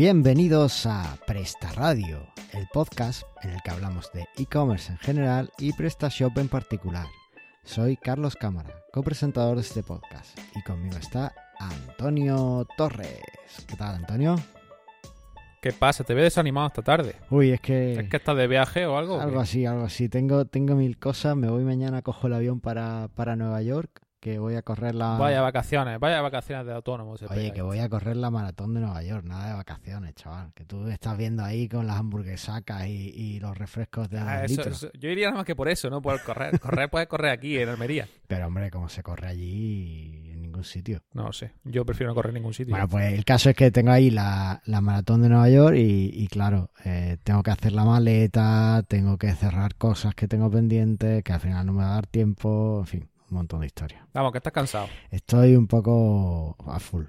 Bienvenidos a Presta Radio, el podcast en el que hablamos de e-commerce en general y PrestaShop en particular. Soy Carlos Cámara, copresentador de este podcast, y conmigo está Antonio Torres. ¿Qué tal, Antonio? ¿Qué pasa? Te veo desanimado esta tarde. Uy, es que... ¿Es que estás de viaje o algo? Algo así. Tengo mil cosas. Me voy mañana, cojo el avión para Nueva York, que voy a correr la... Vaya vacaciones de autónomo. Oye, que voy a correr la maratón de Nueva York. Nada de vacaciones, chaval. Que tú estás viendo ahí con las hamburguesacas y los refrescos de 2 litros. Yo iría nada más que por eso, ¿no? Por correr. Correr puedes correr aquí, en Almería. Pero, hombre, ¿cómo se corre allí en ningún sitio? No sé. Yo prefiero no correr en ningún sitio. Bueno, pues el caso es que tengo ahí la maratón de Nueva York y claro, tengo que hacer la maleta, tengo que cerrar cosas que tengo pendientes, que al final no me va a dar tiempo, en fin, un montón de historias. Vamos, que estás cansado. Estoy un poco a full.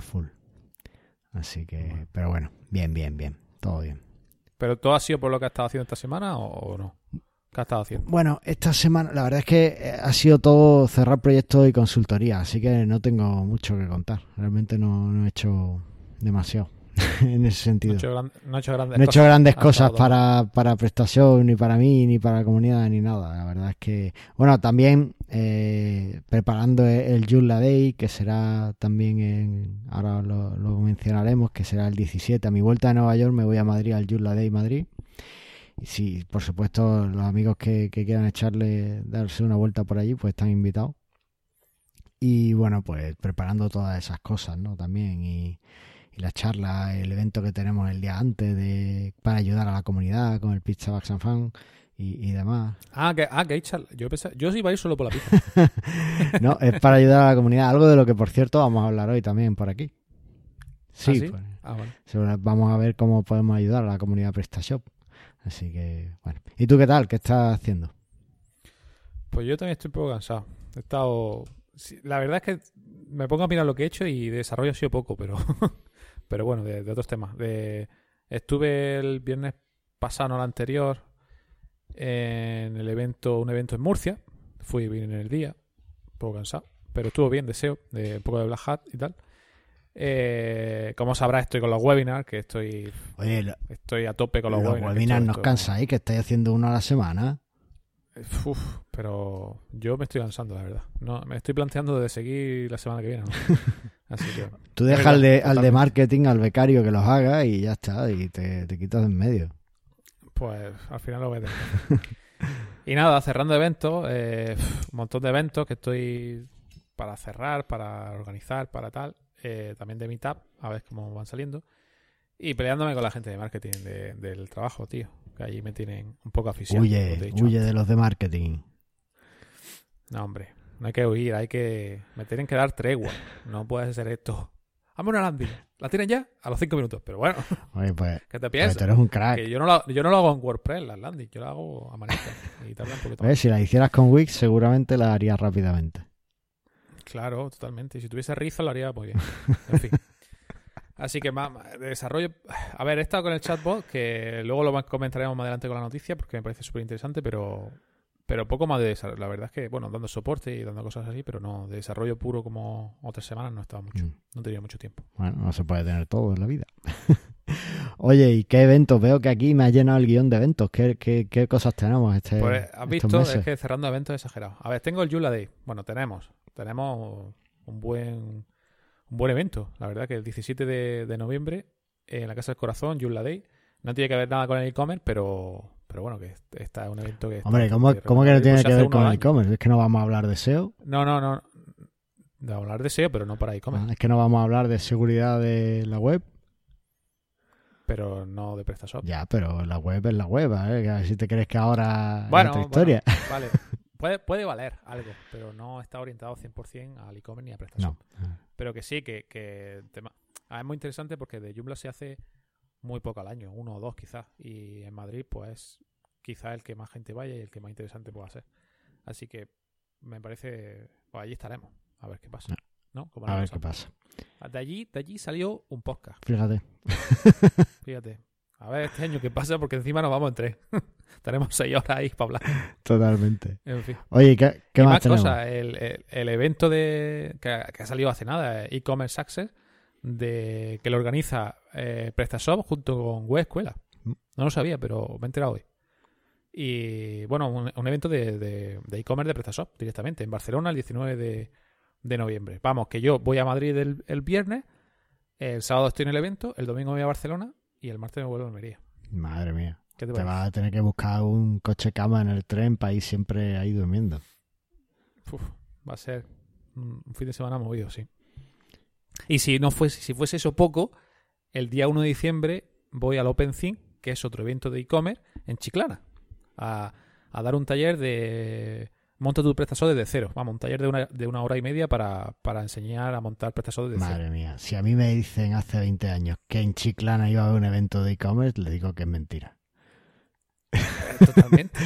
Así que, pero bueno, bien, todo bien. ¿Pero todo ha sido por lo que has estado haciendo esta semana o no? ¿Qué has estado haciendo? Bueno, esta semana la verdad es que ha sido todo cerrar proyectos y consultoría, así que no tengo mucho que contar. Realmente no he hecho demasiado en ese sentido. No he hecho grandes cosas para PrestaShop, ni para mí, ni para la comunidad, ni nada. La verdad es que, bueno, también preparando el Joomla Day, que será también, ahora lo mencionaremos, que será el 17. A mi vuelta a Nueva York me voy a Madrid al Joomla Day Madrid. Y sí, por supuesto, los amigos que quieran darse una vuelta por allí, pues están invitados. Y bueno, pues preparando todas esas cosas, ¿no? También y la charla, el evento que tenemos el día antes para ayudar a la comunidad con el Pizza Bags and Fun y demás. Que hay charla. Yo sí iba a ir solo por la pizza. No, es para ayudar a la comunidad. Algo de lo que, por cierto, vamos a hablar hoy también por aquí. Sí, ¿sí? Pues, Vale. Vamos a ver cómo podemos ayudar a la comunidad PrestaShop. Así que, bueno. ¿Y tú qué tal? ¿Qué estás haciendo? Pues yo también estoy un poco cansado. He estado... La verdad es que me pongo a mirar lo que he hecho y de desarrollo ha sido poco, pero bueno, de otros temas. Estuve el viernes pasado, no el anterior, en un evento en Murcia. Fui bien en el día, un poco cansado, pero estuvo bien, de un poco de Black Hat y tal. Como sabrás, estoy con los webinars, que estoy a tope con los webinars. Los webinars nos cansáis, que estáis haciendo uno a la semana. Pero yo me estoy cansando, la verdad. No, me estoy planteando de seguir la semana que viene, ¿no? Así que tú dejas al de marketing, al becario que los haga y ya está, y te quitas de en medio. Pues al final lo voy a tener. Y nada, cerrando eventos, un montón de eventos que estoy para cerrar, para organizar, para tal. También de Meetup, a ver cómo van saliendo. Y peleándome con la gente de marketing del trabajo, tío. Que allí me tienen un poco aficionado. Huye de los de marketing. No, hombre, no hay que huir, me tienen que dar tregua. No puedes hacer esto. Hazme una landing. ¿La tienen ya? A los 5 minutos. Pero bueno, oye, pues, ¿qué te piensas? Pues tú eres un crack. Que yo no lo hago en WordPress, las landing. Yo la hago a manita. Y tarda un poquito más. Si la hicieras con Wix, seguramente la harías rápidamente. Claro, totalmente. Y si tuviese Rizo, lo haría muy bien. En fin. Así que de desarrollo... A ver, he estado con el chatbot, que luego lo comentaremos más adelante con la noticia, porque me parece súper interesante, pero poco más de desarrollo. La verdad es que, bueno, dando soporte y dando cosas así, pero no, de desarrollo puro como otras semanas no estaba mucho. No tenía mucho tiempo. Bueno, no se puede tener todo en la vida. Oye, ¿y qué eventos? Veo que aquí me ha llenado el guión de eventos. ¿Qué cosas tenemos Pues has visto, es que cerrando eventos exagerados. A ver, tengo el Joomla Day. Bueno, tenemos un buen evento. La verdad que el 17 de noviembre en la Casa del Corazón, Joomla Day. No tiene que ver nada con el e-commerce, pero bueno, que está es un evento que... Hombre, ¿cómo que no tiene que ver con el e-commerce? ¿Es que no vamos a hablar de SEO? No. Vamos a hablar de SEO, pero no para e-commerce. ¿Es que no vamos a hablar de seguridad de la web? Pero no de PrestaShop. Ya, pero la web es la web, ¿eh? Que si te crees que ahora es otra historia. Vale. Puede valer algo, pero no está orientado 100% al e-commerce ni a PrestaShop. No. Pero que sí, que el tema... es muy interesante porque de Joomla se hace muy poco al año, 1 o 2 quizás. Y en Madrid, pues, quizás el que más gente vaya y el que más interesante pueda ser. Así que me parece... Pues allí estaremos, a ver qué pasa. ¿No? A ver qué pasa. De allí salió un podcast. Fíjate. A ver este año qué pasa, porque encima nos vamos en 3. Tenemos 6 horas ahí para hablar. Totalmente. En fin. Oye, ¿qué más tenemos? Cosas, el evento que ha salido hace nada, e-commerce Success, que lo organiza PrestaShop junto con Web Escuela. No lo sabía, pero me he enterado hoy. Y bueno, un evento de e-commerce de PrestaShop directamente en Barcelona el 19 de noviembre. Vamos, que yo voy a Madrid el viernes, el sábado estoy en el evento, el domingo voy a Barcelona y el martes me vuelvo a Almería. Madre mía. ¿Qué te Te parece? vas a tener que buscar un coche cama en el tren para ir siempre ahí durmiendo. Uf, va a ser un fin de semana movido, sí. Y si fuese eso poco, el día 1 de diciembre voy al OpenThink, que es otro evento de e-commerce en Chiclana, a dar un taller de monta tu PrestaShop desde cero. Vamos, un taller de una hora y media para enseñar a montar PrestaShop desde cero. Madre mía, si a mí me dicen hace 20 años que en Chiclana iba a haber un evento de e-commerce, le digo que es mentira. Totalmente.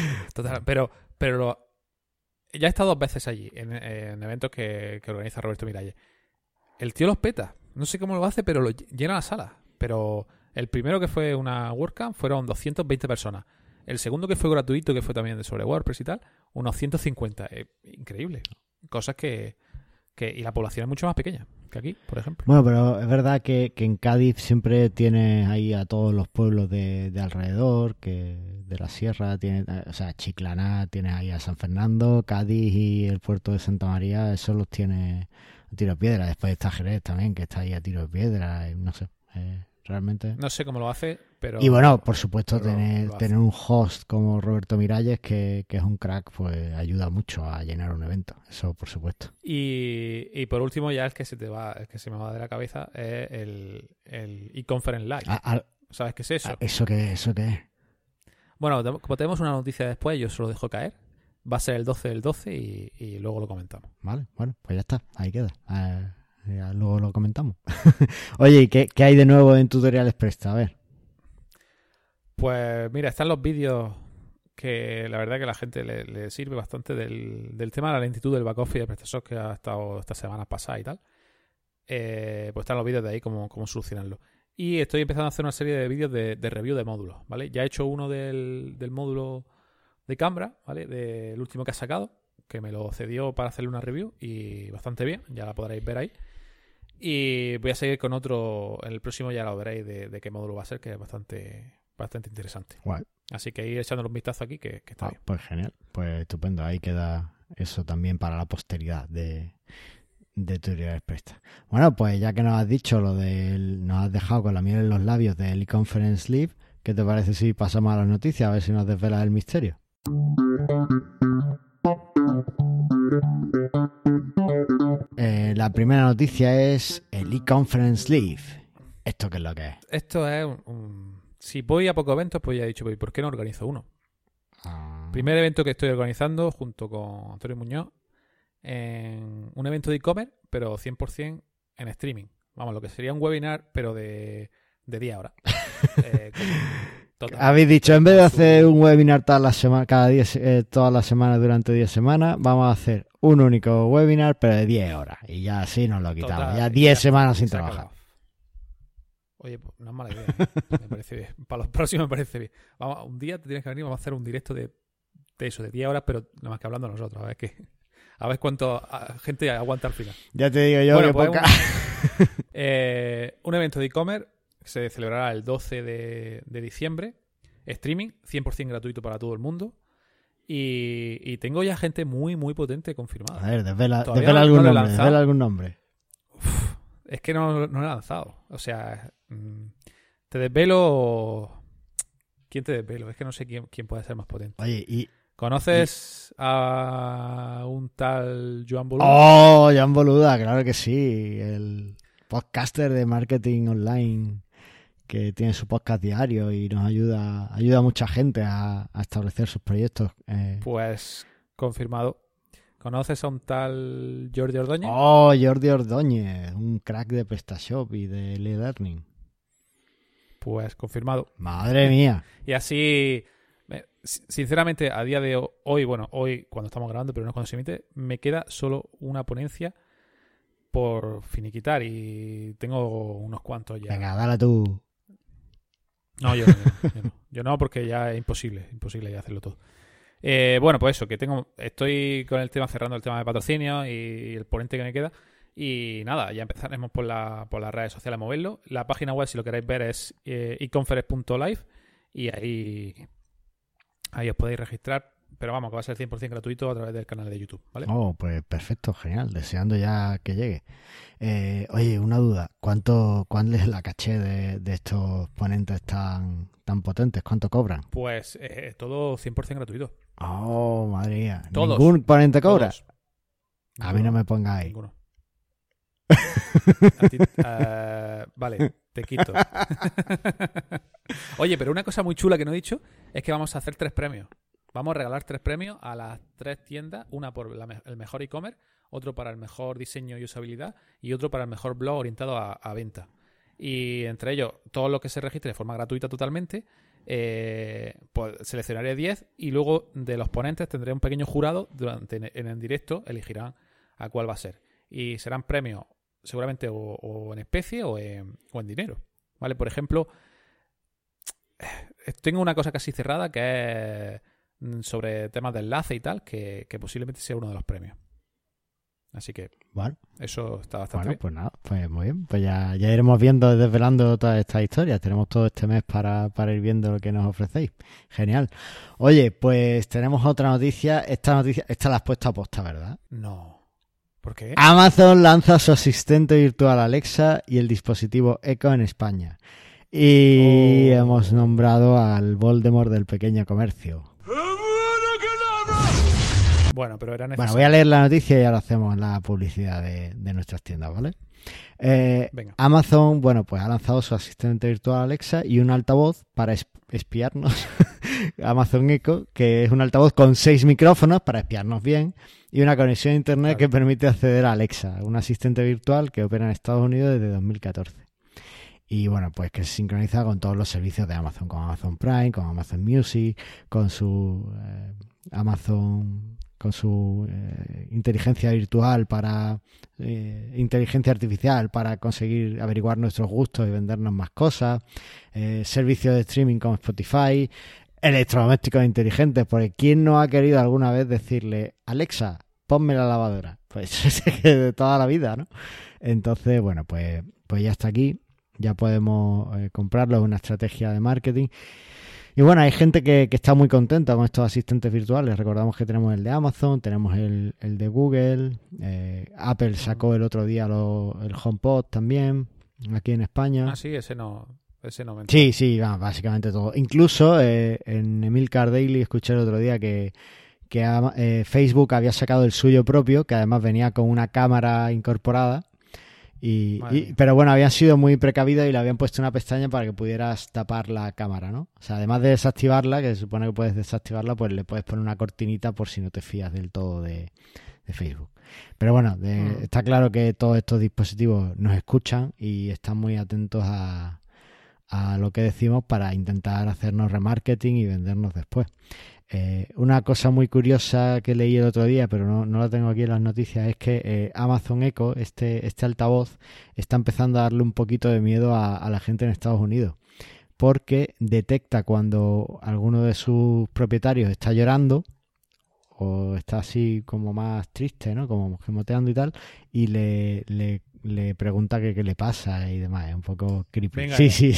Pero ya he estado 2 veces allí, en eventos que organiza Roberto Miralles. El tío los peta. No sé cómo lo hace, pero lo llena la sala. Pero el primero que fue una WordCamp fueron 220 personas. El segundo que fue gratuito, que fue también de sobre WordPress y tal, unos 150. Increíble. Cosas y la población es mucho más pequeña que aquí, por ejemplo. Bueno, pero es verdad que en Cádiz siempre tienes ahí a todos los pueblos de alrededor, que de la sierra, o sea, Chiclana, tienes ahí a San Fernando, Cádiz y el puerto de Santa María, eso los tienes a tiro de piedra. Después está Jerez también, que está ahí a tiro de piedra, y no sé, realmente... No sé cómo lo hace, pero... Y bueno, por supuesto, pero tener un host como Roberto Miralles, que es un crack, pues ayuda mucho a llenar un evento. Eso, por supuesto. Y por último, ya el que se me va de la cabeza es el e-conference live. ¿Sabes qué es eso? ¿Eso qué es? Bueno, como tenemos una noticia después, yo se lo dejo caer. Va a ser el 12 del 12 y luego lo comentamos. Vale, bueno, pues ya está, ahí queda. Ya luego lo comentamos. Oye, ¿y qué hay de nuevo en Tutoriales Presta? A ver. Pues mira, están los vídeos que la verdad que a la gente le sirve bastante del tema de la lentitud del back office de PrestaShop que ha estado estas semanas pasadas y tal. Pues están los vídeos de ahí, cómo solucionarlo. Y estoy empezando a hacer una serie de vídeos de review de módulos, ¿vale? Ya he hecho uno del módulo de Canva, ¿vale? Del último que ha sacado, que me lo cedió para hacerle una review y bastante bien, ya la podréis ver ahí. Y voy a seguir con otro, en el próximo ya lo veréis de qué módulo va a ser, que es bastante interesante. Guay. Así que ir echándole un vistazo aquí, que está bien. Pues genial, pues estupendo, ahí queda eso también para la posteridad de Tutoriales Presta. Bueno, pues ya que nos has dicho nos has dejado con la miel en los labios del e-conference live, ¿qué te parece si pasamos a las noticias? A ver si nos desvelas el misterio. La primera noticia es el e-conference live. ¿Esto qué es lo que es? Esto es si voy a pocos eventos, pues ya he dicho, ¿por qué no organizo uno? Primer evento que estoy organizando junto con Antonio Muñoz en un evento de e-commerce, pero 100% en streaming. Vamos, lo que sería un webinar, pero de 10 horas. Habéis dicho, en vez de hacer un webinar todas las semanas durante 10 semanas, vamos a hacer un único webinar, pero de 10 horas. Y ya así nos lo quitamos. Total, ya 10 semanas sin se ha trabajar. acabado. Oye, pues no es mala idea. Me parece bien. Para los próximos me parece bien. Vamos, un día te tienes que venir, vamos a hacer un directo de eso, de 10 horas, pero nada más que hablando nosotros. A ver cuánto gente aguanta al final. Ya te digo yo bueno, que pues poca. Un evento de e-commerce que se celebrará el 12 de diciembre. Streaming, 100% gratuito para todo el mundo. Y tengo ya gente muy, muy potente confirmada. A ver, desvela algún nombre. Uf, es que no lo he lanzado. O sea, te desvelo... ¿Quién te desvelo? Es que no sé quién puede ser más potente. Oye, ¿Conoces a un tal Joan Boluda? ¡Oh, Joan Boluda! Claro que sí. El podcaster de marketing online que tiene su podcast diario y nos ayuda a mucha gente a establecer sus proyectos. Pues confirmado. ¿Conoces a un tal Jordi Ordóñez? ¡Oh, Jordi Ordóñez! Un crack de PrestaShop y de e-learning. Pues confirmado. ¡Madre mía! Y así, sinceramente, a día de hoy, hoy cuando estamos grabando, pero no cuando se emite, me queda solo una ponencia por finiquitar y tengo unos cuantos ya. Venga, dale tú. No, yo no. Yo no, porque ya es imposible ya hacerlo todo. Bueno, pues eso, que estoy con el tema, cerrando el tema de patrocinio y el ponente que me queda. Y nada, ya empezaremos por las redes sociales a moverlo. La página web, si lo queréis ver, es econference.live y ahí os podéis registrar. Pero vamos, que va a ser 100% gratuito a través del canal de YouTube, ¿vale? Oh, pues perfecto, genial. Deseando ya que llegue. Oye, una duda. ¿Cuál es la caché de estos ponentes tan potentes? ¿Cuánto cobran? Pues todo 100% gratuito. Oh, madre mía. Todos. ¿Ningún ponente cobra? Todos. A mí no me pongáis. Ninguno. Vale, te quito. Oye, pero una cosa muy chula que no he dicho es que vamos a hacer 3 premios. Vamos a regalar 3 premios a las 3 tiendas, una por el mejor e-commerce, otro para el mejor diseño y usabilidad y otro para el mejor blog orientado a venta. Y entre ellos, todo lo que se registre de forma gratuita totalmente, pues seleccionaré 10 y luego de los ponentes tendré un pequeño jurado en el directo, elegirán a cuál va a ser. Y serán premios seguramente o en especie o en dinero. ¿Vale? Por ejemplo, tengo una cosa casi cerrada que es sobre temas de enlace y tal, que posiblemente sea uno de los premios. Así que bueno, eso está bastante bien. Pues nada, pues muy bien. Pues ya iremos viendo, desvelando todas estas historias. Tenemos todo este mes para ir viendo lo que nos ofrecéis. Genial. Oye, pues tenemos otra noticia. Esta la has puesto a posta, ¿verdad? No. ¿Por qué? Amazon lanza su asistente virtual Alexa y el dispositivo Echo en España. Y hemos nombrado al Voldemort del pequeño comercio. Bueno, pero era necesario. Bueno, voy a leer la noticia y ahora hacemos la publicidad de nuestras tiendas, ¿vale? Venga. Amazon, bueno, pues ha lanzado su asistente virtual Alexa y un altavoz para espiarnos. Amazon Echo, que es un altavoz con 6 micrófonos para espiarnos bien y una conexión a internet que permite acceder a Alexa, un asistente virtual que opera en Estados Unidos desde 2014. Y bueno, pues que se sincroniza con todos los servicios de Amazon, con Amazon Prime, con Amazon Music, con su Amazon, con su inteligencia virtual para inteligencia artificial para conseguir averiguar nuestros gustos y vendernos más cosas, servicios de streaming como Spotify, electrodomésticos inteligentes, porque ¿quién no ha querido alguna vez decirle Alexa, ponme la lavadora? Pues es que de toda la vida, ¿no? Entonces, bueno, pues ya está aquí. Ya podemos comprarlo, es una estrategia de marketing. Y bueno, hay gente que está muy contenta con estos asistentes virtuales. Recordamos que tenemos el de Amazon, tenemos el de Google, Apple sacó el otro día el HomePod también, aquí en España. Ah, sí, ese no me entero. Sí, básicamente todo. Incluso en Emilcar Daily escuché el otro día que Facebook había sacado el suyo propio, que además venía con una cámara incorporada. Pero bueno, habían sido muy precavidos y le habían puesto una pestaña para que pudieras tapar la cámara, ¿no? O sea, además de desactivarla, que se supone que puedes desactivarla, pues le puedes poner una cortinita por si no te fías del todo de Facebook. Pero bueno, está claro que todos estos dispositivos nos escuchan y están muy atentos a lo que decimos para intentar hacernos remarketing y vendernos después. Una cosa muy curiosa que leí el otro día, pero no la tengo aquí en las noticias, es que Amazon Echo, este altavoz, está empezando a darle un poquito de miedo a la gente en Estados Unidos, porque detecta cuando alguno de sus propietarios está llorando o está así como más triste, ¿no? Como gemoteando y tal, y le pregunta qué le pasa y demás. Es un poco creepy. Venga, sí.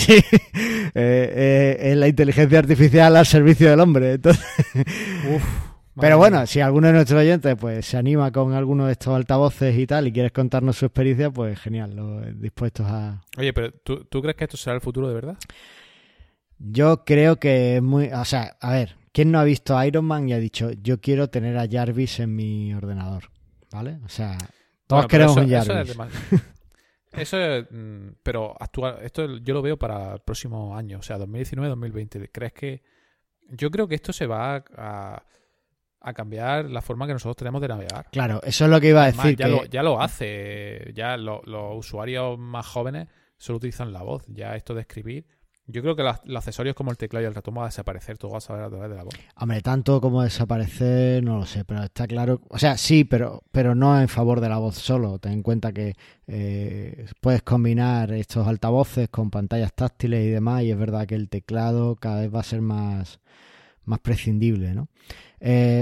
Es la inteligencia artificial al servicio del hombre. Entonces... Pero bueno, si alguno de nuestros oyentes pues se anima con alguno de estos altavoces y tal y quieres contarnos su experiencia, pues genial, dispuestos a... Oye, pero ¿tú crees que esto será el futuro de verdad? Yo creo que es muy... O sea, a ver, ¿quién no ha visto Iron Man y ha dicho yo quiero tener a Jarvis en mi ordenador? ¿Vale? O sea... Todos queremos un Jarvis. Eso es, pero actual, esto yo lo veo para el próximo año, o sea, 2019-2020. ¿Crees que...? Yo creo que esto se va a cambiar la forma que nosotros tenemos de navegar. Claro, eso es lo que iba a decir. Ya lo hace. Ya los usuarios más jóvenes solo utilizan la voz. Ya esto de escribir... Yo creo que los accesorios como el teclado y el ratón van a desaparecer. Todo va a saber a través de la voz. Hombre, tanto como desaparecer, no lo sé, pero está claro... O sea, sí, pero no en favor de la voz solo. Ten en cuenta que puedes combinar estos altavoces con pantallas táctiles y demás, y es verdad que el teclado cada vez va a ser más prescindible, ¿no?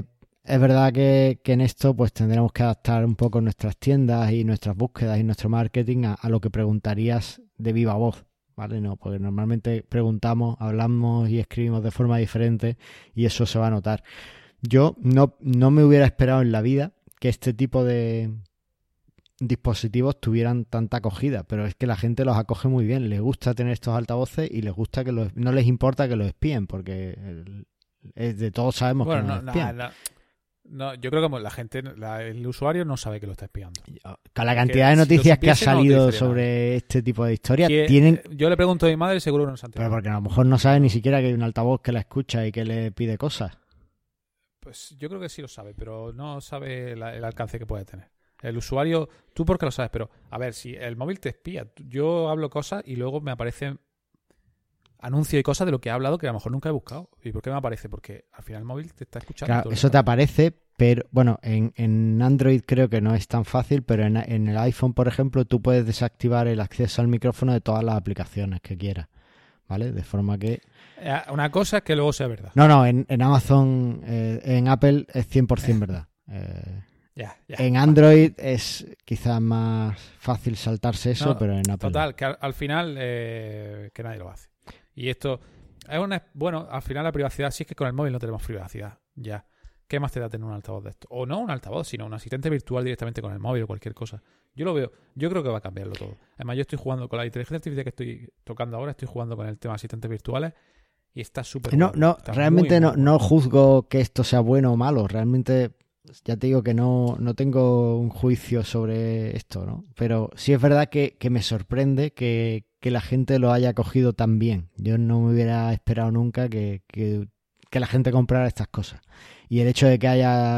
es verdad que en esto pues tendremos que adaptar un poco nuestras tiendas y nuestras búsquedas y nuestro marketing a lo que preguntarías de viva voz, ¿vale? No, porque normalmente preguntamos, hablamos y escribimos de forma diferente y eso se va a notar. Yo no me hubiera esperado en la vida que este tipo de dispositivos tuvieran tanta acogida, pero es que la gente los acoge muy bien, les gusta tener estos altavoces y les gusta no les importa que los espíen, porque de todos sabemos que nos espían. No, yo creo que la gente, el usuario no sabe que lo está espiando. Con la cantidad de noticias que ha salido sobre este tipo de historias, yo le pregunto a mi madre y seguro no se Pero porque a lo mejor no sabe ni siquiera que hay un altavoz que la escucha y que le pide cosas. Pues yo creo que sí lo sabe, pero no sabe el alcance que puede tener. El usuario, tú porque lo sabes, pero a ver, si el móvil te espía, yo hablo cosas y luego me aparecen anuncios y cosas de lo que he hablado que a lo mejor nunca he buscado. ¿Y por qué me aparece? Porque al final el móvil te está escuchando. Claro, eso te aparece, pero bueno, en Android creo que no es tan fácil, pero en el iPhone, por ejemplo, tú puedes desactivar el acceso al micrófono de todas las aplicaciones que quieras, ¿vale? De forma que... Una cosa es que luego sea verdad. No, en Amazon, en Apple es 100% verdad. Ya. En Android es quizás más fácil saltarse eso, pero en Apple... Total, que al final que nadie lo hace. Y esto es bueno, al final la privacidad, sí es que con el móvil no tenemos privacidad, ya. ¿Qué más te da tener un altavoz de esto? O no un altavoz, sino un asistente virtual directamente con el móvil o cualquier cosa. Yo lo veo, yo creo que va a cambiarlo todo. Además, yo estoy jugando con la inteligencia artificial que estoy tocando ahora, estoy jugando con el tema de asistentes virtuales y está súper bueno. Realmente no juzgo que esto sea bueno o malo, realmente ya te digo que no tengo un juicio sobre esto, ¿no? Pero sí es verdad que me sorprende que la gente lo haya cogido tan bien. Yo no me hubiera esperado nunca que la gente comprara estas cosas. Y el hecho de que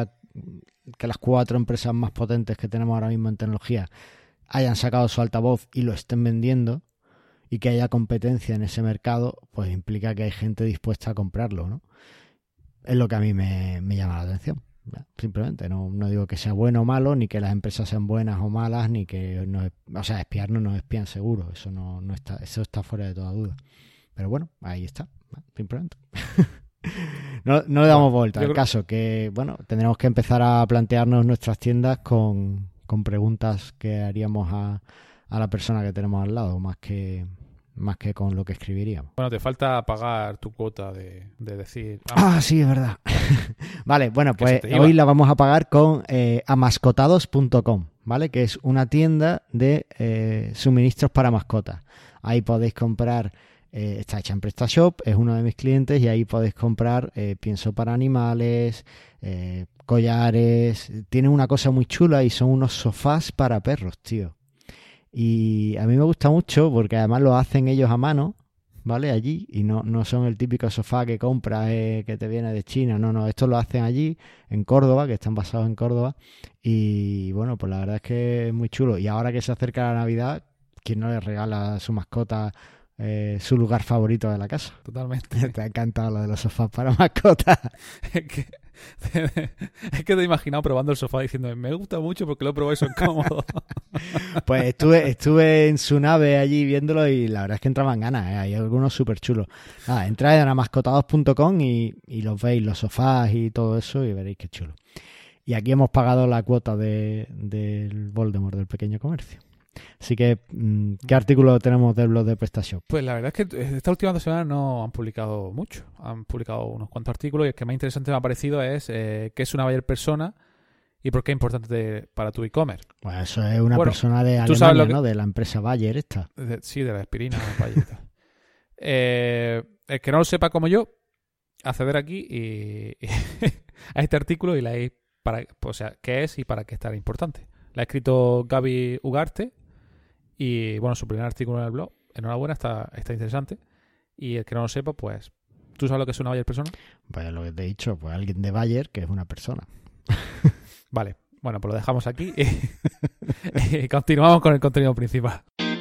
las 4 empresas más potentes que tenemos ahora mismo en tecnología hayan sacado su altavoz y lo estén vendiendo y que haya competencia en ese mercado, pues implica que hay gente dispuesta a comprarlo, ¿no? Es lo que a mí me llama la atención. Simplemente no digo que sea bueno o malo, ni que las empresas sean buenas o malas, ni que espiarnos nos espían seguro, eso está fuera de toda duda. Pero bueno, ahí está, simplemente. no le damos vuelta al caso, que bueno, tendremos que empezar a plantearnos nuestras tiendas con preguntas que haríamos a la persona que tenemos al lado, más que con lo que escribiríamos. Bueno, te falta pagar tu cuota de decir... Sí, es verdad. Vale, bueno, pues hoy la vamos a pagar con amascotados.com, ¿vale? Que es una tienda de suministros para mascotas. Ahí podéis comprar, está hecha en PrestaShop, es uno de mis clientes, y ahí podéis comprar pienso para animales, collares. Tiene una cosa muy chula y son unos sofás para perros, tío. Y a mí me gusta mucho porque además lo hacen ellos a mano, ¿vale? Allí, y no son el típico sofá que compras que te viene de China, no, esto lo hacen allí, en Córdoba, que están basados en Córdoba, y bueno, pues la verdad es que es muy chulo. Y ahora que se acerca la Navidad, ¿quién no le regala a su mascota su lugar favorito de la casa? Totalmente. Te ha encantado lo de los sofás para mascotas. Es que te he imaginado probando el sofá diciendo me gusta mucho porque lo he probado y son cómodos. Pues estuve en su nave allí viéndolo y la verdad es que entraban ganas, hay algunos súper chulos. Nada, entrad en amascotados.com y los veis, los sofás y todo eso, y veréis qué chulo. Y aquí hemos pagado la cuota del Voldemort del pequeño comercio. Así que, ¿qué artículo tenemos del blog de PrestaShop? Pues la verdad es que esta última semana no han publicado mucho. Han publicado unos cuantos artículos y el que más interesante me ha parecido es qué es una buyer persona y por qué es importante para tu e-commerce. Pues eso es una persona de Alemania, ¿no? De la empresa Bayer esta. Sí, de la aspirina Bayer. El que no lo sepa como yo, acceder aquí a este artículo y leéis qué es y para qué está importante. La ha escrito Gaby Ugarte y, bueno, su primer artículo en el blog. Enhorabuena, está interesante. Y el que no lo sepa, pues, ¿tú sabes lo que es una buyer persona? Pues lo que te he dicho, pues alguien de Bayer que es una persona. Vale, bueno, pues lo dejamos aquí y continuamos con el contenido principal.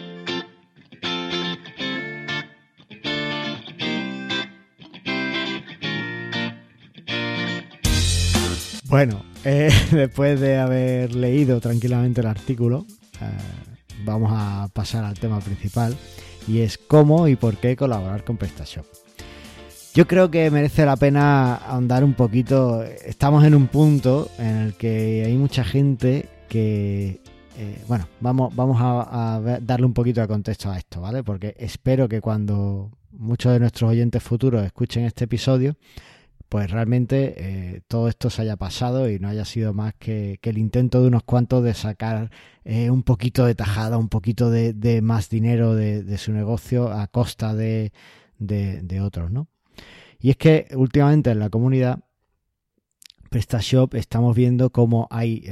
Bueno, después de haber leído tranquilamente el artículo, vamos a pasar al tema principal, y es cómo y por qué colaborar con PrestaShop. Yo creo que merece la pena ahondar un poquito. Estamos en un punto en el que hay mucha gente que... bueno, vamos a darle un poquito de contexto a esto, ¿vale? Porque espero que cuando muchos de nuestros oyentes futuros escuchen este episodio, pues realmente todo esto se haya pasado y no haya sido más que el intento de unos cuantos de sacar un poquito de tajada, un poquito de más dinero de su negocio a costa de otros, ¿no? Y es que últimamente en la comunidad PrestaShop estamos viendo cómo hay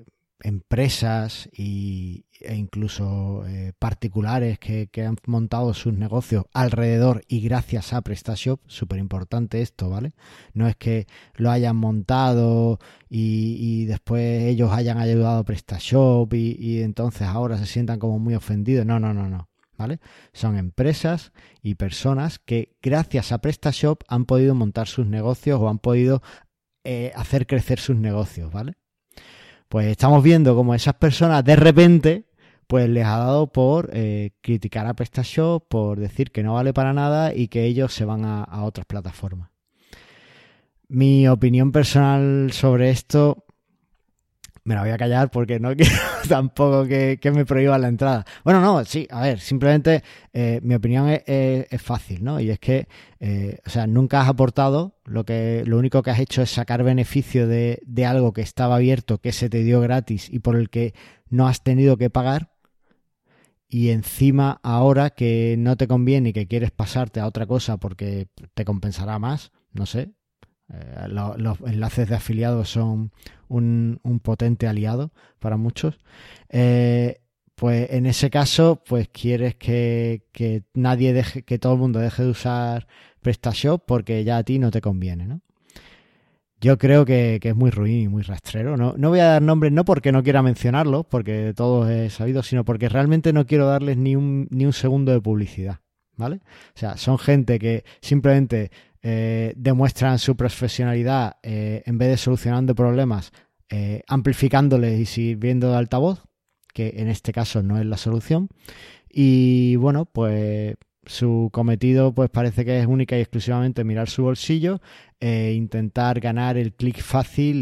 empresas e incluso particulares que han montado sus negocios alrededor y gracias a PrestaShop. Súper importante esto, ¿vale? No es que lo hayan montado y después ellos hayan ayudado a PrestaShop y entonces ahora se sientan como muy ofendidos. No. ¿Vale? Son empresas y personas que gracias a PrestaShop han podido montar sus negocios o han podido hacer crecer sus negocios, ¿vale? Pues estamos viendo como esas personas de repente pues les ha dado por criticar a PrestaShop, por decir que no vale para nada y que ellos se van a otras plataformas. Mi opinión personal sobre esto me la voy a callar porque no quiero tampoco que me prohíban la entrada. Bueno, no, sí, a ver, simplemente mi opinión es fácil, ¿no? Y es que, o sea, nunca has aportado, lo único que has hecho es sacar beneficio de algo que estaba abierto, que se te dio gratis y por el que no has tenido que pagar. Y encima ahora que no te conviene y que quieres pasarte a otra cosa porque te compensará más, no sé. Los enlaces de afiliados son un potente aliado para muchos. Pues en ese caso, pues quieres que nadie deje, que todo el mundo deje de usar PrestaShop porque ya a ti no te conviene, ¿no? Yo creo que es muy ruin y muy rastrero. No voy a dar nombres, no porque no quiera mencionarlos, porque todos he sabido, sino porque realmente no quiero darles ni un segundo de publicidad, ¿vale? O sea, son gente que simplemente demuestran su profesionalidad en vez de solucionando problemas, amplificándoles y sirviendo de altavoz, que en este caso no es la solución. Y bueno, pues su cometido pues parece que es única y exclusivamente mirar su bolsillo e intentar ganar el clic fácil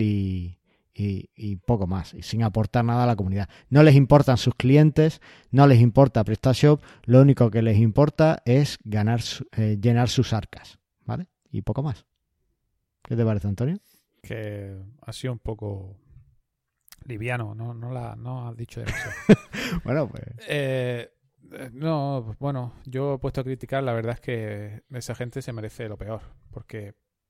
y poco más, y sin aportar nada a la comunidad. No les importan sus clientes, no les importa PrestaShop, lo único que les importa es llenar sus arcas, ¿vale? Y poco más. ¿Qué te parece, Antonio? Que ha sido un poco liviano, no has dicho demasiado. Bueno, pues... no, bueno, yo he puesto a criticar, la verdad es que esa gente se merece lo peor, porque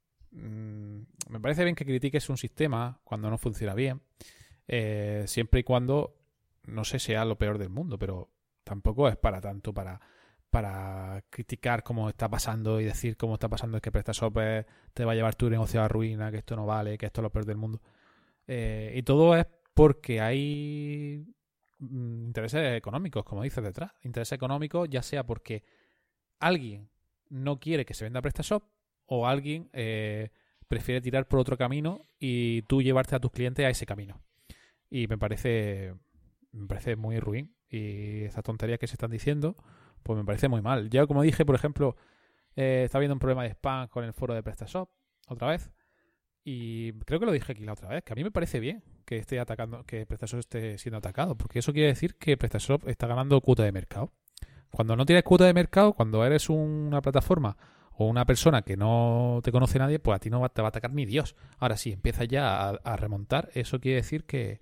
me parece bien que critiques un sistema cuando no funciona bien, siempre y cuando no sé, sea lo peor del mundo, pero tampoco es para tanto para criticar cómo está pasando y decir cómo está pasando es que PrestaShop te va a llevar tu negocio a la ruina, que esto no vale, que esto es lo peor del mundo. Y todo es porque hay intereses económicos, como dices detrás. Intereses económicos, ya sea porque alguien no quiere que se venda PrestaShop o alguien prefiere tirar por otro camino y tú llevarte a tus clientes a ese camino. Y me parece muy ruin. Y esas tonterías que se están diciendo, pues me parece muy mal. Ya como dije, por ejemplo, está habiendo un problema de spam con el foro de PrestaShop otra vez. Y creo que lo dije aquí la otra vez, que a mí me parece bien que que PrestaShop esté siendo atacado, porque eso quiere decir que PrestaShop está ganando cuota de mercado. Cuando no tienes cuota de mercado, cuando eres una plataforma o una persona que no te conoce nadie, pues a ti no te va a atacar ni Dios. Ahora sí, empiezas ya a remontar, eso quiere decir que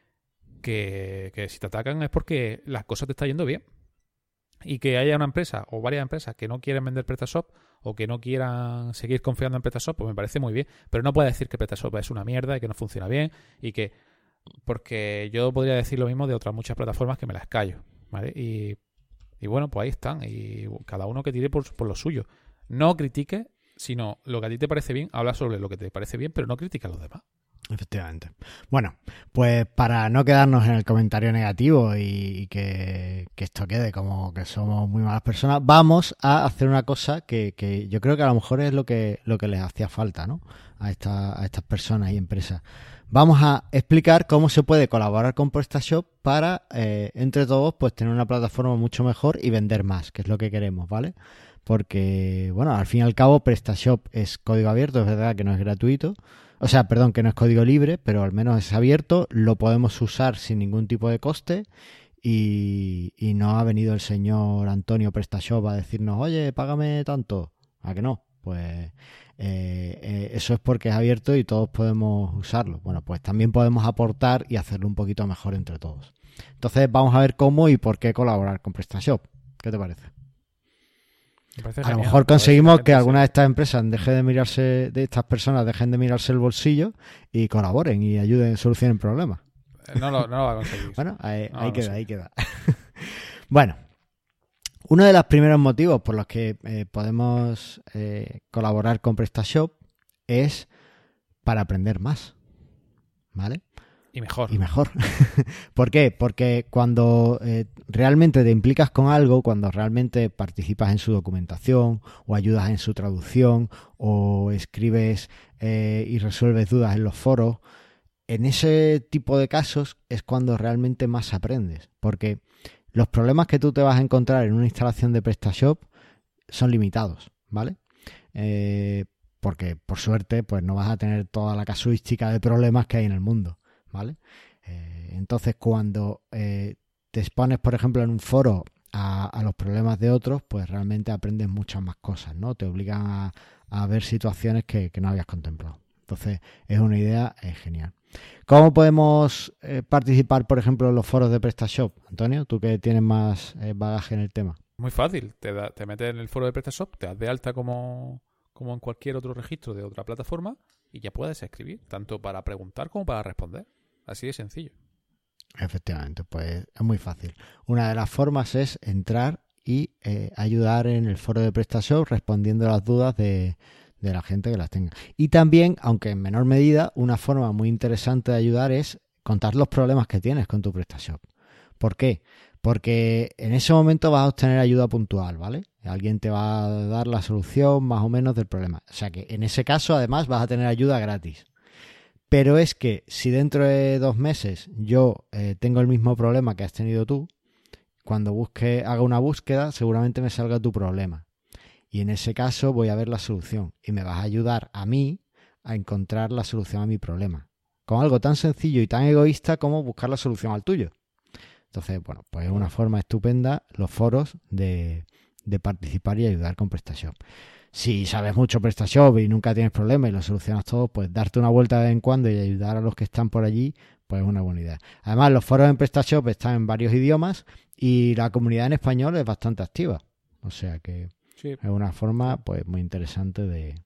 si te atacan es porque las cosas te están yendo bien. Y que haya una empresa o varias empresas que no quieren vender PrestaShop o que no quieran seguir confiando en PrestaShop, pues me parece muy bien. Pero no puede decir que PrestaShop es una mierda y que no funciona bien y que... Porque yo podría decir lo mismo de otras muchas plataformas que me las callo, ¿vale? Y bueno, pues ahí están. Y cada uno que tire por lo suyo. No critique, sino lo que a ti te parece bien, habla sobre lo que te parece bien, pero no critica a los demás. Efectivamente. Bueno, pues para no quedarnos en el comentario negativo y que esto quede como que somos muy malas personas, vamos a hacer una cosa que yo creo que a lo mejor es lo que les hacía falta, ¿no? A estas personas y empresas. Vamos a explicar cómo se puede colaborar con PrestaShop para, entre todos, pues tener una plataforma mucho mejor y vender más, que es lo que queremos, ¿vale? porque, bueno, al fin y al cabo PrestaShop es código abierto, es verdad que no es gratuito, o sea, perdón, que no es código libre, pero al menos es abierto, lo podemos usar sin ningún tipo de coste y no ha venido el señor Antonio PrestaShop a decirnos, oye, págame tanto. ¿A que no? Pues eso es porque es abierto y todos podemos usarlo. Bueno, pues también podemos aportar y hacerlo un poquito mejor entre todos. Entonces vamos a ver cómo y por qué colaborar con PrestaShop. ¿Qué te parece? Me parece A genial. lo mejor conseguimos que Sí. algunas de estas empresas de estas personas dejen de mirarse el bolsillo y colaboren y ayuden, solucionen problemas. No lo va a conseguir. Bueno, ahí No, queda, no sé. ahí queda. Bueno, uno de los primeros motivos por los que podemos colaborar con PrestaShop es para aprender más, ¿vale? Y mejor. Y mejor. ¿Por qué? Porque cuando realmente te implicas con algo, cuando realmente participas en su documentación o ayudas en su traducción o escribes y resuelves dudas en los foros, en ese tipo de casos es cuando realmente más aprendes. Porque los problemas que tú te vas a encontrar en una instalación de PrestaShop son limitados, ¿vale? Porque por suerte pues no vas a tener toda la casuística de problemas que hay en el mundo, ¿vale? Entonces cuando te expones, por ejemplo, en un foro a los problemas de otros, pues realmente aprendes muchas más cosas, ¿no? Te obligan a ver situaciones que no habías contemplado. Entonces es una idea genial. ¿Cómo podemos participar, por ejemplo, en los foros de PrestaShop? Antonio, tú que tienes más bagaje en el tema. Muy fácil. Te metes en el foro de PrestaShop, te das de alta como en cualquier otro registro de otra plataforma y ya puedes escribir, tanto para preguntar como para responder. Así de sencillo. Efectivamente, pues es muy fácil. Una de las formas es entrar y ayudar en el foro de PrestaShop respondiendo a las dudas de la gente que las tenga. Y también, aunque en menor medida, una forma muy interesante de ayudar es contar los problemas que tienes con tu PrestaShop. ¿Por qué? Porque en ese momento vas a obtener ayuda puntual, ¿vale? Alguien te va a dar la solución más o menos del problema. O sea que en ese caso, además, vas a tener ayuda gratis. Pero es que si dentro de 2 meses yo tengo el mismo problema que has tenido tú, cuando haga una búsqueda, seguramente me salga tu problema. Y en ese caso voy a ver la solución y me vas a ayudar a mí a encontrar la solución a mi problema. Con algo tan sencillo y tan egoísta como buscar la solución al tuyo. Entonces, bueno, pues es una forma estupenda los foros de participar y ayudar con PrestaShop. Si sabes mucho PrestaShop y nunca tienes problemas y lo solucionas todo, pues darte una vuelta de vez en cuando y ayudar a los que están por allí, pues es una buena idea. Además, los foros en PrestaShop están en varios idiomas y la comunidad en español es bastante activa. O sea que Sí. es una forma pues muy interesante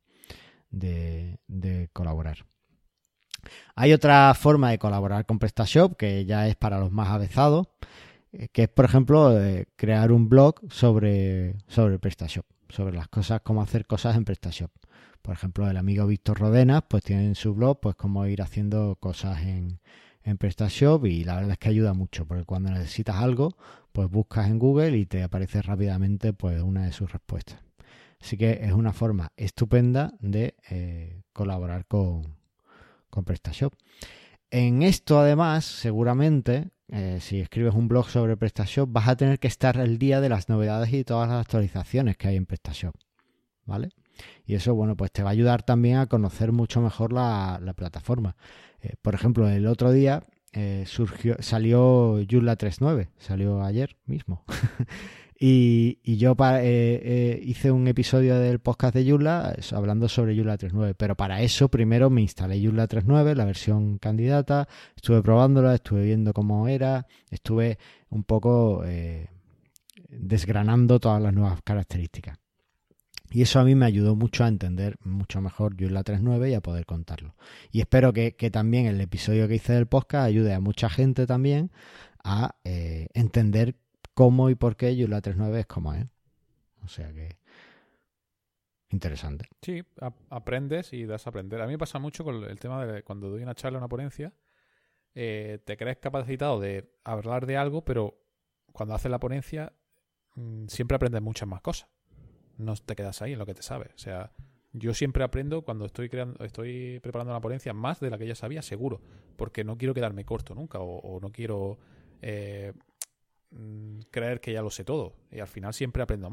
de colaborar. Hay otra forma de colaborar con PrestaShop que ya es para los más avezados, que es, por ejemplo, crear un blog sobre PrestaShop, sobre las cosas, cómo hacer cosas en PrestaShop. Por ejemplo, el amigo Víctor Rodenas pues tiene en su blog pues cómo ir haciendo cosas en PrestaShop y la verdad es que ayuda mucho porque cuando necesitas algo pues buscas en Google y te aparece rápidamente pues una de sus respuestas. Así que es una forma estupenda de colaborar con PrestaShop. En esto además seguramente si escribes un blog sobre PrestaShop vas a tener que estar al día de las novedades y todas las actualizaciones que hay en PrestaShop, ¿vale? Y eso, bueno, pues te va a ayudar también a conocer mucho mejor la plataforma. Por ejemplo, el otro día salió Joomla 3.9, salió ayer mismo. y yo hice un episodio del podcast de Joomla hablando sobre Joomla 3.9, pero para eso primero me instalé Joomla 3.9, la versión candidata, estuve probándola, estuve viendo cómo era, estuve un poco desgranando todas las nuevas características. Y eso a mí me ayudó mucho a entender mucho mejor Joomla 3.9 y a poder contarlo. Y espero que también el episodio que hice del podcast ayude a mucha gente también a entender cómo y por qué Joomla 3.9 es como es. O sea que interesante. Sí, aprendes y das a aprender. A mí me pasa mucho con el tema de cuando doy una charla, una ponencia, te crees capacitado de hablar de algo, pero cuando haces la ponencia siempre aprendes muchas más cosas. No te quedas ahí en lo que te sabes. O sea, yo siempre aprendo cuando estoy preparando una ponencia más de la que ya sabía, seguro, porque no quiero quedarme corto nunca o no quiero creer que ya lo sé todo y al final siempre aprendo más.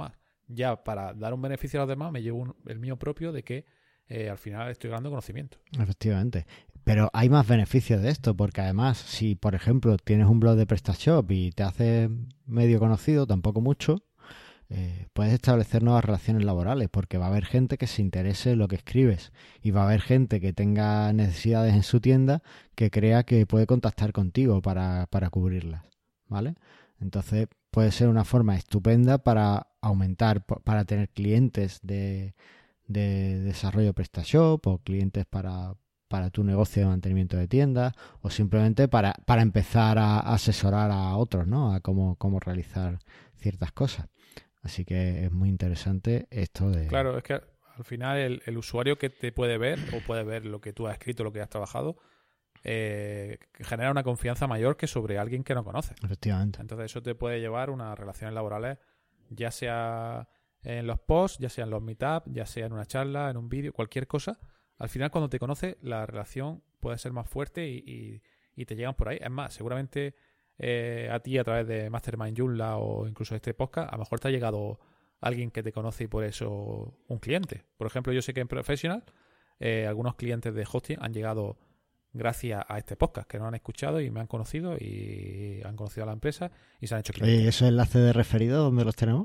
ya para dar un beneficio a los demás me llevo el mío propio de que al final estoy ganando conocimiento. Efectivamente. Pero hay más beneficios de esto, porque además, si por ejemplo tienes un blog de PrestaShop y te haces medio conocido, tampoco mucho, puedes establecer nuevas relaciones laborales, porque va a haber gente que se interese en lo que escribes y va a haber gente que tenga necesidades en su tienda que crea que puede contactar contigo para cubrirlas, ¿vale? Entonces puede ser una forma estupenda para aumentar, para tener clientes de desarrollo PrestaShop o clientes para tu negocio de mantenimiento de tiendas o simplemente para empezar a asesorar a otros, ¿no? A cómo realizar ciertas cosas. Así que es muy interesante esto de... Claro, es que al final el usuario que te puede ver o puede ver lo que tú has escrito, lo que has trabajado, genera una confianza mayor que sobre alguien que no conoce. Efectivamente. Entonces eso te puede llevar a unas relaciones laborales, ya sea en los posts, ya sea en los meetups, ya sea en una charla, en un vídeo, cualquier cosa. Al final, cuando te conoce, la relación puede ser más fuerte y te llegan por ahí. Es más, seguramente a ti a través de Mastermind Joomla o incluso este podcast, a lo mejor te ha llegado alguien que te conoce y por eso un cliente. Por ejemplo, yo sé que en Professional algunos clientes de hosting han llegado gracias a este podcast, que nos han escuchado y me han conocido y han conocido a la empresa y se han hecho clientes. ¿Y esos enlaces de referido dónde los tenemos?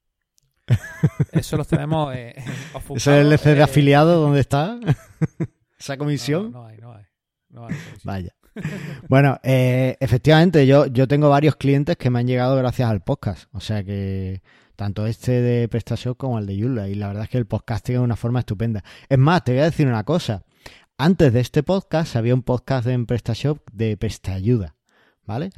Eso los tenemos ¿Ese es el enlace de afiliado dónde está? ¿Esa comisión? No hay comisión. Vaya. Bueno, efectivamente, yo tengo varios clientes que me han llegado gracias al podcast. O sea que tanto este de PrestaShop como el de Joomla. Y la verdad es que el podcasting es una forma estupenda. Es más, te voy a decir una cosa. Antes de este podcast había un podcast en PrestaShop de PrestaAyuda, ¿vale?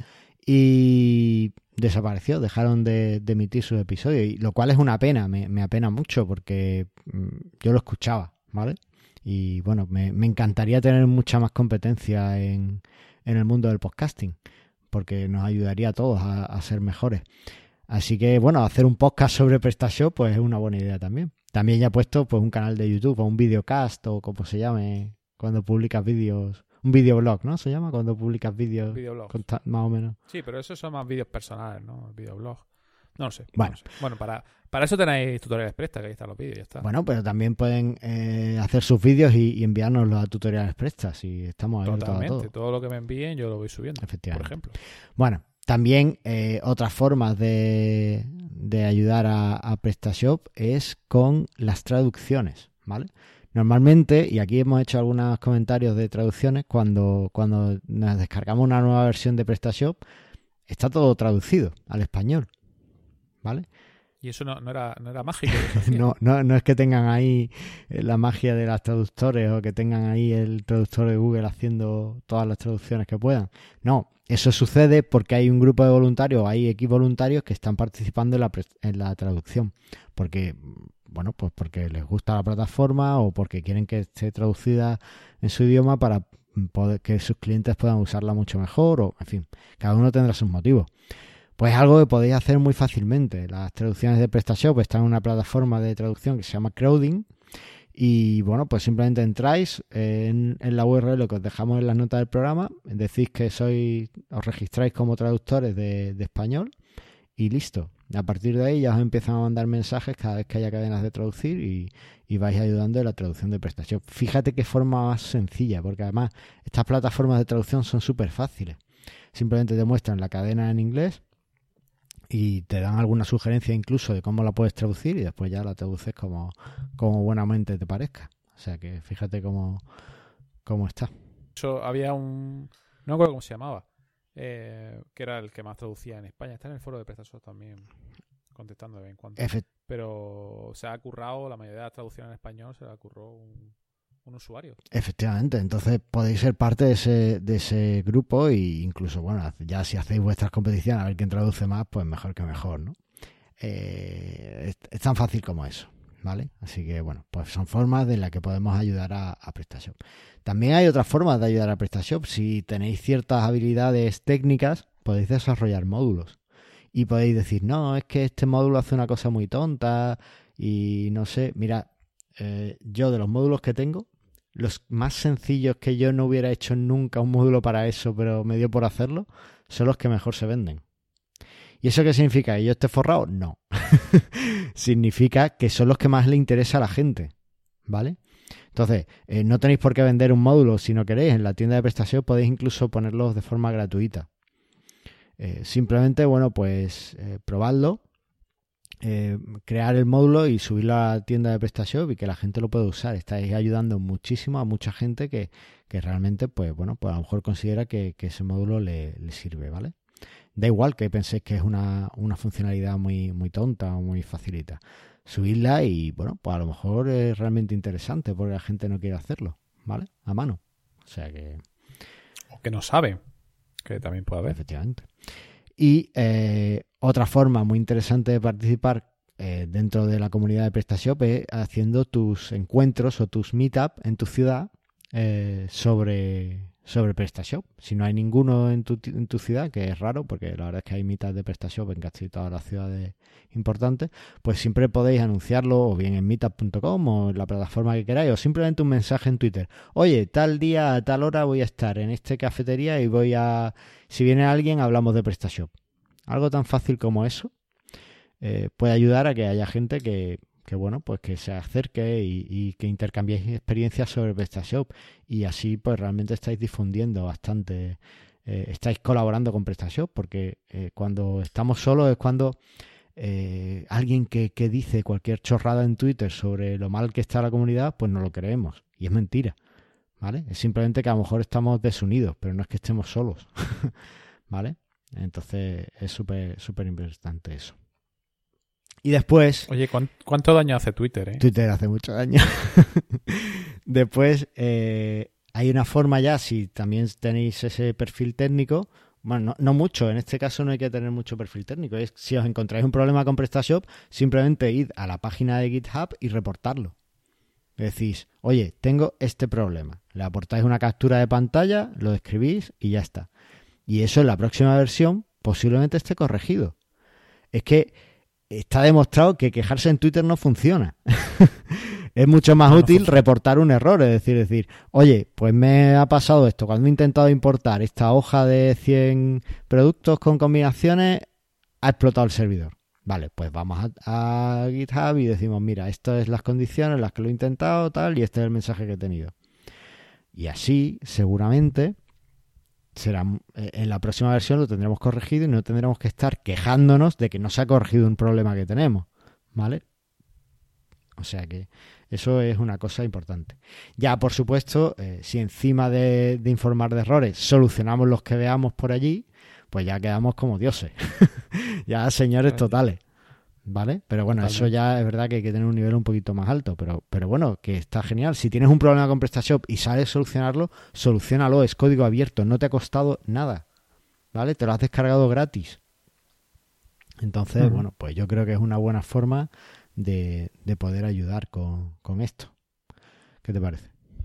Y desapareció, dejaron de emitir sus episodios, y lo cual es una pena, me apena mucho porque yo lo escuchaba, ¿vale? Y bueno, me encantaría tener mucha más competencia en el mundo del podcasting, porque nos ayudaría a todos a ser mejores. Así que bueno, hacer un podcast sobre PrestaShop pues es una buena idea también. También ya he puesto pues un canal de YouTube o un videocast o como se llame cuando publicas vídeos. Un videoblog, ¿no? Se llama cuando publicas vídeos. Más o menos. Sí, pero esos son más vídeos personales, ¿no? El videoblog. No lo sé. Bueno, no sé. Bueno, para eso tenéis tutoriales Presta, que ahí están los vídeos, ya está. Bueno, pero también pueden hacer sus vídeos y enviárnoslos a tutoriales Presta, si estamos abiertos a todo. Totalmente. Todo lo que me envíen yo lo voy subiendo, efectivamente, por ejemplo. Bueno, también otras formas de ayudar a PrestaShop es con las traducciones, ¿vale? Normalmente, y aquí hemos hecho algunos comentarios de traducciones, cuando nos descargamos una nueva versión de PrestaShop, está todo traducido al español, ¿vale? ¿Y eso no era mágico? No es que tengan ahí la magia de los traductores o que tengan ahí el traductor de Google haciendo todas las traducciones que puedan. No, eso sucede porque hay un grupo de voluntarios, hay X voluntarios que están participando en la traducción. Porque, bueno, pues porque les gusta la plataforma o porque quieren que esté traducida en su idioma para poder que sus clientes puedan usarla mucho mejor o, en fin, cada uno tendrá sus motivos. Pues es algo que podéis hacer muy fácilmente. Las traducciones de PrestaShop están en una plataforma de traducción que se llama Crowding y bueno, pues simplemente entráis en la URL que os dejamos en las notas del programa, decís que os registráis como traductores de español y listo. A partir de ahí ya os empiezan a mandar mensajes cada vez que haya cadenas de traducir y vais ayudando en la traducción de PrestaShop. Fíjate qué forma más sencilla, porque además estas plataformas de traducción son súper fáciles. Simplemente te muestran la cadena en inglés y te dan alguna sugerencia incluso de cómo la puedes traducir y después ya la traduces como buenamente te parezca. O sea que fíjate cómo está. Eso había no me acuerdo cómo se llamaba, que era el que más traducía en España. Está en el foro de PrestaShop también contestando de vez en cuando. Pero se ha currado, la mayoría de las traducciones en español se la curró un usuario. Efectivamente, entonces podéis ser parte de ese grupo e incluso, bueno, ya si hacéis vuestras competiciones a ver quién traduce más, pues mejor que mejor, ¿no? Es tan fácil como eso, ¿vale? Así que, bueno, pues son formas de las que podemos ayudar a PrestaShop. También hay otras formas de ayudar a PrestaShop. Si tenéis ciertas habilidades técnicas, podéis desarrollar módulos. Y podéis decir, no, es que este módulo hace una cosa muy tonta y no sé. Mira, yo de los módulos que tengo, los más sencillos que yo no hubiera hecho nunca un módulo para eso, pero me dio por hacerlo, son los que mejor se venden. ¿Y eso qué significa? ¿Que yo esté forrado? No. significa que son los que más le interesa a la gente, ¿vale? Entonces, no tenéis por qué vender un módulo si no queréis. En la tienda de PrestaShop podéis incluso ponerlos de forma gratuita. Simplemente, bueno, pues probadlo, crear el módulo y subirlo a la tienda de PrestaShop y que la gente lo pueda usar. Estáis ayudando muchísimo a mucha gente que realmente, pues bueno, pues a lo mejor considera que ese módulo le sirve, ¿vale? Da igual que penséis que es una funcionalidad muy, muy tonta o muy facilita. Subidla y, bueno, pues a lo mejor es realmente interesante porque la gente no quiere hacerlo, ¿vale? A mano. O sea que... O que no sabe, que también puede haber. Efectivamente. Y otra forma muy interesante de participar dentro de la comunidad de PrestaShop es haciendo tus encuentros o tus meetup en tu ciudad sobre PrestaShop. Si no hay ninguno en tu ciudad, que es raro porque la verdad es que hay meetups de PrestaShop en casi todas las ciudades importantes, pues siempre podéis anunciarlo o bien en meetup.com o en la plataforma que queráis o simplemente un mensaje en Twitter. Oye, tal día a tal hora voy a estar en esta cafetería y si viene alguien hablamos de PrestaShop. Algo tan fácil como eso puede ayudar a que haya gente que bueno, pues que se acerque y que intercambiéis experiencias sobre PrestaShop y así pues realmente estáis difundiendo bastante, estáis colaborando con PrestaShop porque cuando estamos solos es cuando alguien que dice cualquier chorrada en Twitter sobre lo mal que está la comunidad, pues no lo creemos y es mentira, ¿vale? Es simplemente que a lo mejor estamos desunidos, pero no es que estemos solos, ¿vale? Entonces es súper importante eso. Y después... Oye, ¿cuánto daño hace Twitter, Twitter hace mucho daño. Después hay una forma ya, si también tenéis ese perfil técnico, bueno, no mucho, en este caso no hay que tener mucho perfil técnico. Es si os encontráis un problema con PrestaShop, simplemente id a la página de GitHub y reportarlo. Decís, oye, tengo este problema. Le aportáis una captura de pantalla, lo describís y ya está. Y eso en la próxima versión posiblemente esté corregido. Es que está demostrado que quejarse en Twitter no funciona. Es mucho más útil reportar un error, es decir, oye, pues me ha pasado esto. Cuando he intentado importar esta hoja de 100 productos con combinaciones, ha explotado el servidor. Vale, pues vamos a GitHub y decimos, mira, estas son las condiciones en las que lo he intentado, tal, y este es el mensaje que he tenido. Y así, seguramente, será en la próxima versión lo tendremos corregido y no tendremos que estar quejándonos de que no se ha corregido un problema que tenemos, ¿vale? O sea que eso es una cosa importante. Ya, por supuesto, si encima de informar de errores solucionamos los que veamos por allí, pues ya quedamos como dioses. Ya señores totales, ¿vale? Pero bueno, eso ya es verdad que hay que tener un nivel un poquito más alto, pero bueno, que está genial. Si tienes un problema con PrestaShop y sabes solucionarlo, soluciónalo, es código abierto, no te ha costado nada, ¿vale? Te lo has descargado gratis. Entonces, bueno, pues yo creo que es una buena forma de poder ayudar con esto. ¿Qué te parece?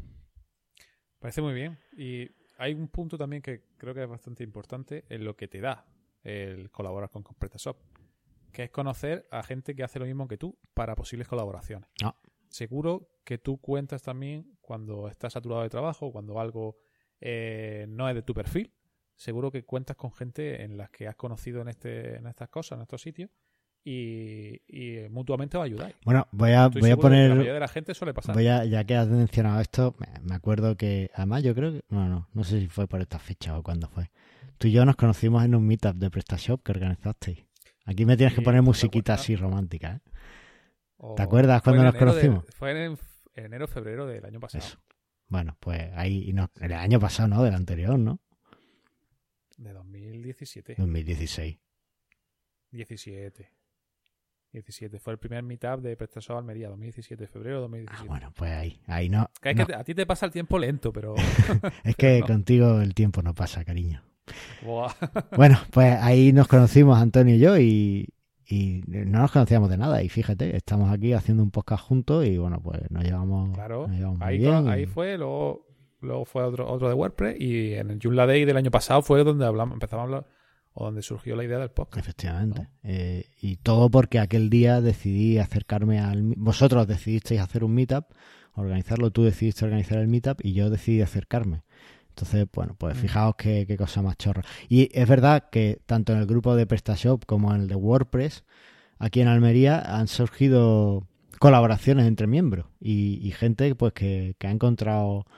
Parece muy bien. Y hay un punto también que creo que es bastante importante en lo que te da el colaborar con PrestaShop, que es conocer a gente que hace lo mismo que tú para posibles colaboraciones. Seguro que tú cuentas también cuando estás saturado de trabajo, cuando algo no es de tu perfil. Seguro que cuentas con gente en las que has conocido en estas cosas, en estos sitios, y mutuamente os ayudáis. Bueno, voy a poner... La mayoría de la gente suele pasar. Ya que has mencionado esto, me acuerdo que, además yo creo que... No sé si fue por esta fecha o cuándo fue. Tú y yo nos conocimos en un meetup de PrestaShop que organizasteis. Aquí me tienes que poner musiquita así romántica, ¿eh? ¿Te acuerdas cuando nos conocimos? Fue en enero, febrero del año pasado. Eso. Bueno, pues ahí... el año pasado, ¿no? Del anterior, ¿no? De 2017. 2016. 17. Fue el primer meetup de PrestaShop Almería, 2017, febrero de 2017. Bueno, pues ahí no. Que no. a ti te pasa el tiempo lento, pero... Es que contigo el tiempo no pasa, cariño. Bueno, pues ahí nos conocimos Antonio y yo y no nos conocíamos de nada. Y fíjate, estamos aquí haciendo un podcast juntos y bueno, pues nos llevamos, claro, nos llevamos muy bien. Ahí fue, luego fue otro de WordPress y en el Joomla Day del año pasado fue donde empezamos a hablar, o donde surgió la idea del podcast. Efectivamente. ¿No? Y todo porque aquel día decidí acercarme vosotros decidisteis hacer un meetup, organizarlo, tú decidiste organizar el meetup y yo decidí acercarme. Entonces, bueno, pues fijaos qué cosa más chorra. Y es verdad que tanto en el grupo de PrestaShop como en el de WordPress aquí en Almería han surgido colaboraciones entre miembros y gente pues que ha encontrado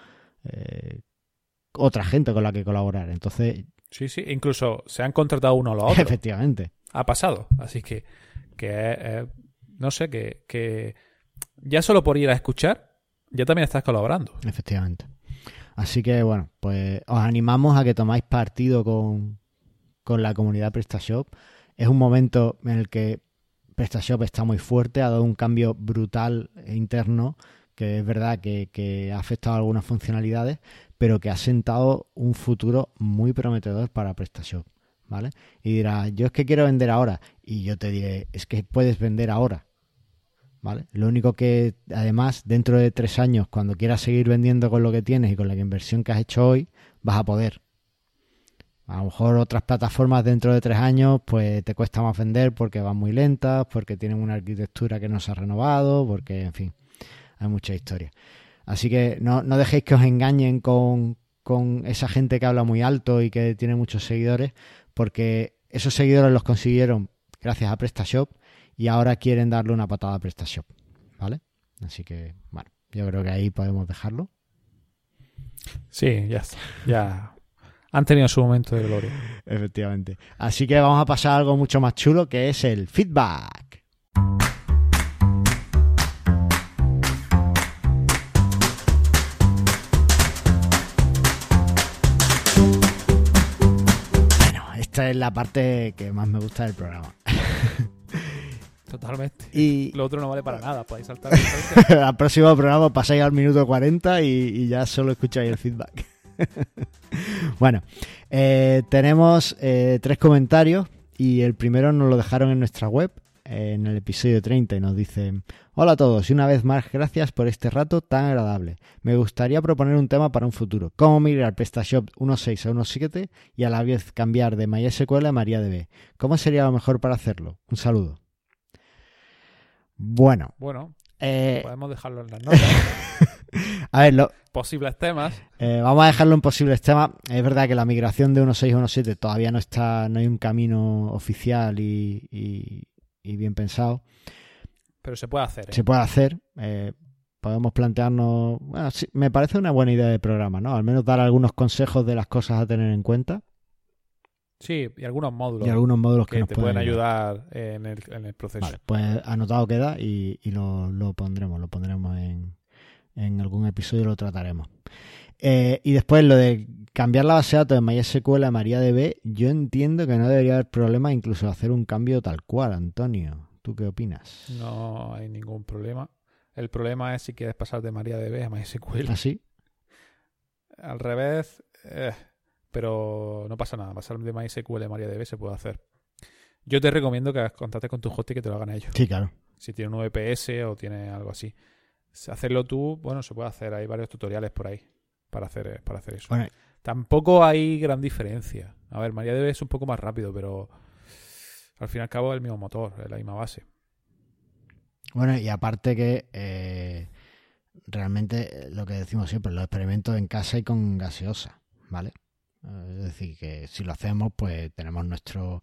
otra gente con la que colaborar. Entonces, Sí, incluso se han contratado uno a los otros. efectivamente. Ha pasado. Así que no sé, que ya solo por ir a escuchar, ya también estás colaborando. Efectivamente. Así que, bueno, pues os animamos a que tomáis partido con la comunidad PrestaShop. Es un momento en el que PrestaShop está muy fuerte, ha dado un cambio brutal interno, que es verdad que ha afectado algunas funcionalidades, pero que ha sentado un futuro muy prometedor para PrestaShop, ¿vale? Y dirás, yo es que quiero vender ahora, y yo te diré, es que puedes vender ahora, ¿vale? Lo único que, además, dentro de 3 años, cuando quieras seguir vendiendo con lo que tienes y con la inversión que has hecho hoy, vas a poder. A lo mejor otras plataformas dentro de 3 años pues te cuesta más vender porque van muy lentas, porque tienen una arquitectura que no se ha renovado, porque, en fin, hay mucha historia. Así que no dejéis que os engañen con esa gente que habla muy alto y que tiene muchos seguidores, porque esos seguidores los consiguieron gracias a PrestaShop y ahora quieren darle una patada a PrestaShop, ¿vale? Así que, bueno, yo creo que ahí podemos dejarlo. Sí, ya está. Ya han tenido su momento de gloria. Efectivamente. Así que vamos a pasar a algo mucho más chulo, que es el feedback. Bueno, esta es la parte que más me gusta del programa. Totalmente. Y lo otro no vale para nada, podéis saltar. al próximo programa pasáis al minuto 40 y ya solo escucháis el feedback. Bueno, tenemos 3 comentarios y el primero nos lo dejaron en nuestra web en el episodio 30 y nos dicen: hola a todos y una vez más gracias por este rato tan agradable. Me gustaría proponer un tema para un futuro: cómo migrar PrestaShop 1.6 a 1.7 y a la vez cambiar de MySQL a MariaDB. ¿Cómo sería lo mejor para hacerlo? Un saludo. Bueno, podemos dejarlo en las notas. A ver, posibles temas. Vamos a dejarlo en posibles temas. Es verdad que la migración de 1.6 a 1.7 todavía no hay un camino oficial y bien pensado. Pero se puede hacer. Se puede hacer. Podemos plantearnos... Bueno, sí, me parece una buena idea de programa, ¿no? Al menos dar algunos consejos de las cosas a tener en cuenta. Sí, y algunos módulos. Y algunos módulos que nos te pueden ayudar en el proceso. Vale, pues anotado queda y lo pondremos en algún episodio, lo trataremos. Y después lo de cambiar la base de datos de MySQL a MariaDB, yo entiendo que no debería haber problema incluso hacer un cambio tal cual, Antonio. ¿Tú qué opinas? No hay ningún problema. El problema es si quieres pasar de MariaDB a MySQL. ¿Ah, sí? Al revés, pero no pasa nada. Pasar de MySQL a MariaDB se puede hacer. Yo te recomiendo que contactes con tu hosting y que te lo hagan ellos. Sí, claro. Si tiene un VPS o tiene algo así. Hacerlo tú, bueno, se puede hacer. Hay varios tutoriales por ahí para hacer eso. Bueno, tampoco hay gran diferencia. A ver, MariaDB es un poco más rápido, pero al fin y al cabo es el mismo motor, es la misma base. Bueno, y aparte que realmente lo que decimos siempre, los experimentos en casa y con gaseosa, ¿vale? Es decir, que si lo hacemos, pues tenemos nuestro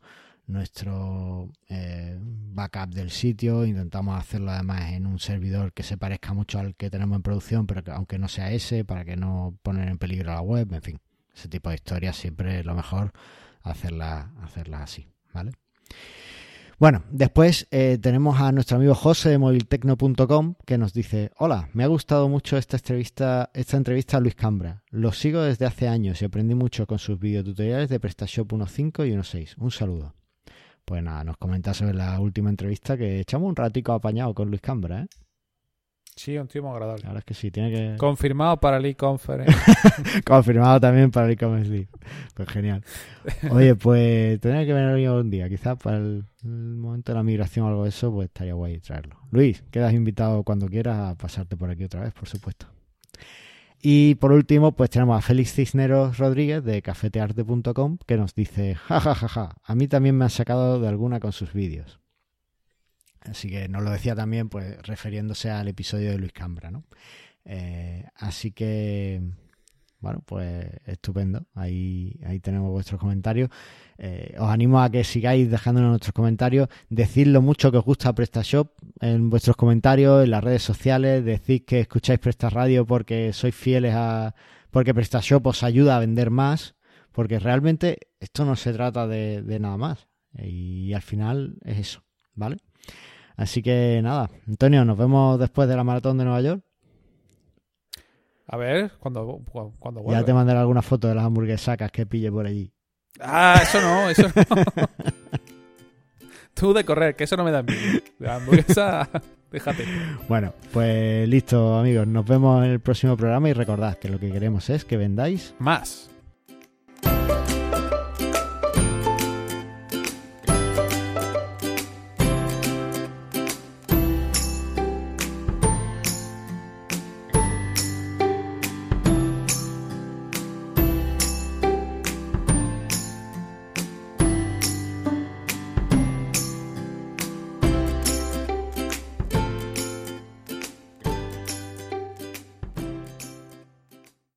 backup del sitio, intentamos hacerlo además en un servidor que se parezca mucho al que tenemos en producción, pero que aunque no sea ese, para que no poner en peligro la web, en fin, ese tipo de historias siempre es lo mejor hacerlas así, ¿vale? Bueno, después tenemos a nuestro amigo José de moviltecno.com que nos dice: hola, me ha gustado mucho esta entrevista a Luis Cambra. Lo sigo desde hace años y aprendí mucho con sus videotutoriales de PrestaShop 1.5 y 1.6. Un saludo. Pues nada, nos comenta sobre la última entrevista que echamos un ratico apañado con Luis Cambra, ¿eh? Sí, un tío muy agradable. La verdad es que sí, tiene que... Confirmado para el e-conference. Confirmado también para el e-commerce lead. Pues genial. Oye, pues tendría que venir un día, quizás para el momento de la migración o algo de eso, pues estaría guay traerlo. Luis, quedas invitado cuando quieras a pasarte por aquí otra vez, por supuesto. Y por último, pues tenemos a Félix Cisneros Rodríguez de cafetearte.com que nos dice: jajajaja, a mí también me han sacado de alguna con sus vídeos. Así que nos lo decía también, pues refiriéndose al episodio de Luis Cambra, ¿no? Así que, Bueno, pues estupendo. Ahí tenemos vuestros comentarios. Os animo a que sigáis dejándonos nuestros comentarios. Decid lo mucho que os gusta PrestaShop en vuestros comentarios, en las redes sociales. Decid que escucháis PrestaRadio porque sois fieles porque PrestaShop os ayuda a vender más. Porque realmente esto no se trata de nada más. Y al final es eso, ¿vale? Así que nada, Antonio, nos vemos después de la maratón de Nueva York. A ver, cuando vuelva. Ya te mandaré alguna foto de las hamburguesacas que pille por allí. Ah, eso no. Tú de correr, que eso no me da envidia. De la hamburguesa, déjate. Bueno, pues listo, amigos. Nos vemos en el próximo programa y recordad que lo que queremos es que vendáis más.